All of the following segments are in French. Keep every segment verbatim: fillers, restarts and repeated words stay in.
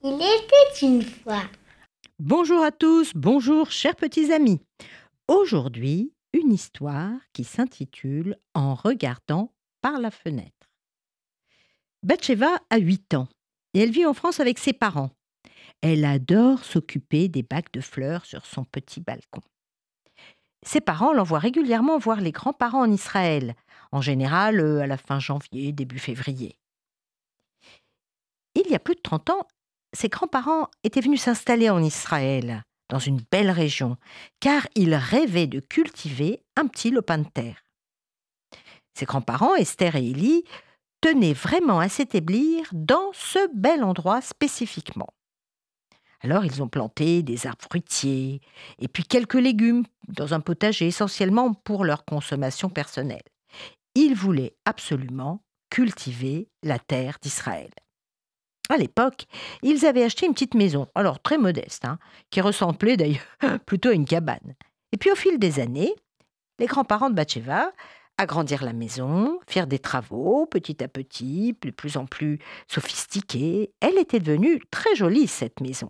Il était une fois. Bonjour à tous, bonjour chers petits amis. Aujourd'hui, une histoire qui s'intitule En regardant par la fenêtre. Batsheva a huit ans et elle vit en France avec ses parents. Elle adore s'occuper des bacs de fleurs sur son petit balcon. Ses parents l'envoient régulièrement voir les grands-parents en Israël, en général euh, à la fin janvier, début février. Il y a plus de trente ans, ses grands-parents étaient venus s'installer en Israël, dans une belle région, car ils rêvaient de cultiver un petit lopin de terre. Ses grands-parents, Esther et Élie, tenaient vraiment à s'établir dans ce bel endroit spécifiquement. Alors ils ont planté des arbres fruitiers et puis quelques légumes dans un potager essentiellement pour leur consommation personnelle. Ils voulaient absolument cultiver la terre d'Israël. À l'époque, ils avaient acheté une petite maison, alors très modeste, hein, qui ressemblait d'ailleurs plutôt à une cabane. Et puis au fil des années, les grands-parents de Batsheva agrandirent la maison, firent des travaux petit à petit, de plus en plus sophistiqués. Elle était devenue très jolie, cette maison.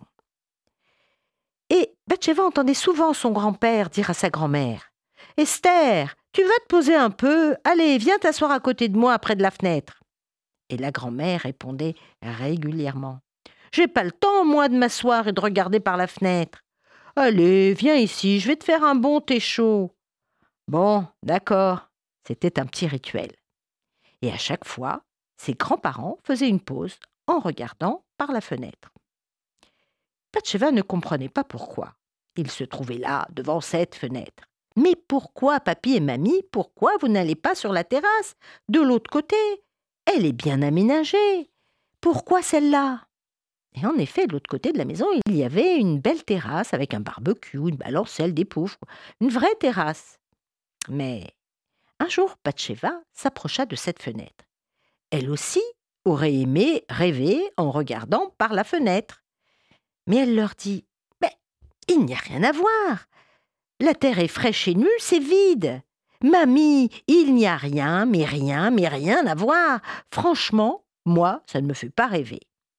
Et Batsheva entendait souvent son grand-père dire à sa grand-mère « Esther, tu vas te poser un peu, allez, viens t'asseoir à côté de moi près de la fenêtre. » Et la grand-mère répondait régulièrement « J'ai pas le temps, moi, de m'asseoir et de regarder par la fenêtre. Allez, viens ici, je vais te faire un bon thé chaud. » Bon, d'accord, c'était un petit rituel. Et à chaque fois, ses grands-parents faisaient une pause en regardant par la fenêtre. Batsheva ne comprenait pas pourquoi. Il se trouvait là, devant cette fenêtre. « Mais pourquoi, papy et mamie, pourquoi vous n'allez pas sur la terrasse, de l'autre côté ? Elle est bien aménagée. Pourquoi celle-là ?» Et en effet, de l'autre côté de la maison, il y avait une belle terrasse avec un barbecue, une balancelle, des poufs, une vraie terrasse. Mais un jour, Batsheva s'approcha de cette fenêtre. Elle aussi aurait aimé rêver en regardant par la fenêtre. Mais elle leur dit « Mais il n'y a rien à voir. La terre est fraîche et nue, c'est vide. Mamie, il n'y a rien, mais rien, mais rien à voir. Franchement, moi, ça ne me fait pas rêver. »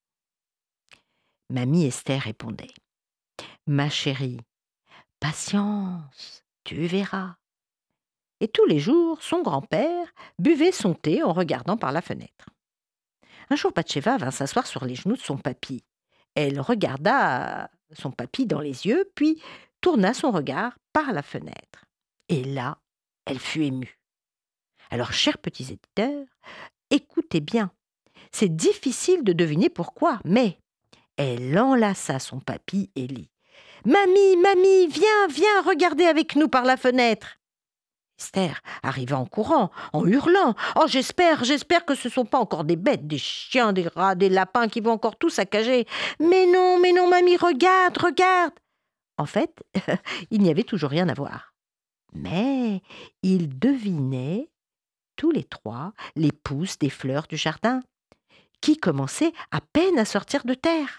Mamie Esther répondait « Ma chérie, patience, tu verras. » Et tous les jours, son grand-père buvait son thé en regardant par la fenêtre. Un jour, Batsheva vint s'asseoir sur les genoux de son papy. Elle regarda son papy dans les yeux, puis tourna son regard par la fenêtre. Et là, elle fut émue. Alors, chers petits éditeurs, écoutez bien. C'est difficile de deviner pourquoi, mais elle enlaça son papy Élie. « Mamie, mamie, viens, viens, regardez avec nous par la fenêtre. » Esther arriva en courant, en hurlant. « Oh, j'espère, j'espère que ce ne sont pas encore des bêtes, des chiens, des rats, des lapins qui vont encore tout saccager. Mais non, mais non, mamie, regarde, regarde !» En fait, il n'y avait toujours rien à voir. Mais ils devinaient, tous les trois, les pousses des fleurs du jardin, qui commençaient à peine à sortir de terre.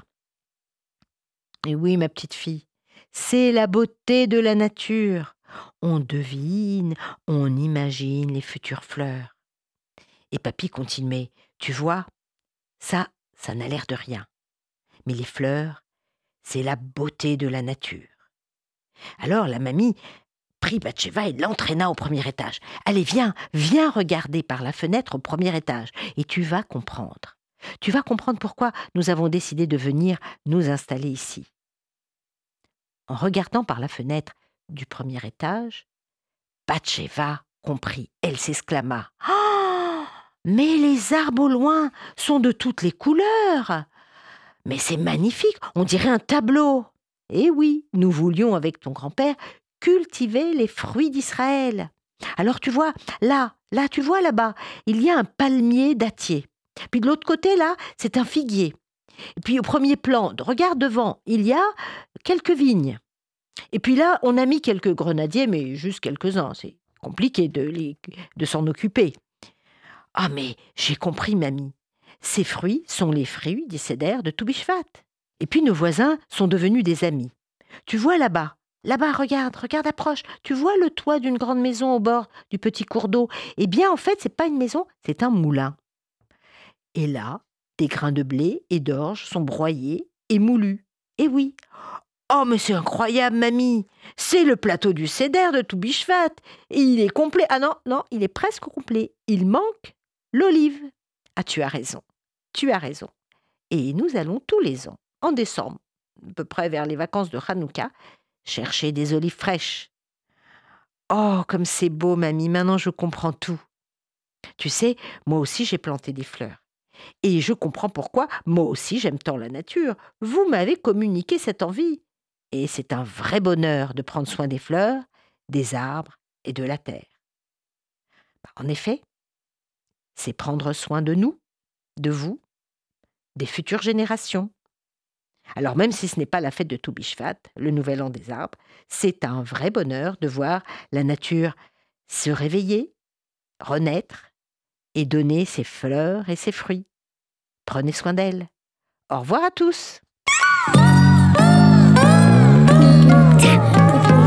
Et oui, ma petite fille, c'est la beauté de la nature. On devine, on imagine les futures fleurs. Et papy continuait, tu vois, ça, ça n'a l'air de rien. Mais les fleurs, c'est la beauté de la nature. Alors la mamie prit Batsheva et l'entraîna au premier étage. Allez, viens, viens regarder par la fenêtre au premier étage et tu vas comprendre. Tu vas comprendre pourquoi nous avons décidé de venir nous installer ici. En regardant par la fenêtre du premier étage, Batsheva comprit. Elle s'exclama « Oh, mais les arbres au loin sont de toutes les couleurs. Mais c'est magnifique, on dirait un tableau. » Eh oui, nous voulions avec ton grand-père cultiver les fruits d'Israël. Alors tu vois, là, là, tu vois là-bas, il y a un palmier dattier. Puis de l'autre côté, là, c'est un figuier. Et puis au premier plan, regarde devant, il y a quelques vignes. Et puis là, on a mis quelques grenadiers, mais juste quelques-uns. C'est compliqué de, les, de s'en occuper. Ah, mais j'ai compris, mamie. Ces fruits sont les fruits des cédères de Toubishvat. Et puis nos voisins sont devenus des amis. Tu vois là-bas, là-bas, regarde, regarde, approche. Tu vois le toit d'une grande maison au bord du petit cours d'eau. Eh bien, en fait, c'est pas une maison, c'est un moulin. Et là, des grains de blé et d'orge sont broyés et moulu. Eh oui. Oh, mais c'est incroyable, mamie. C'est le plateau du Seder de Tou Bishvat. Et il est complet. Ah non, non, il est presque complet. Il manque l'olive. Ah, tu as raison. Tu as raison. Et nous allons tous les ans, en décembre, à peu près vers les vacances de Hanouka, chercher des olives fraîches. Oh, comme c'est beau, mamie. Maintenant, je comprends tout. Tu sais, moi aussi, j'ai planté des fleurs. Et je comprends pourquoi, moi aussi, j'aime tant la nature. Vous m'avez communiqué cette envie. Et c'est un vrai bonheur de prendre soin des fleurs, des arbres et de la terre. En effet, c'est prendre soin de nous, de vous, des futures générations. Alors même si ce n'est pas la fête de Tou Bishvat, le nouvel an des arbres, c'est un vrai bonheur de voir la nature se réveiller, renaître et donner ses fleurs et ses fruits. Prenez soin d'elle. Au revoir à tous.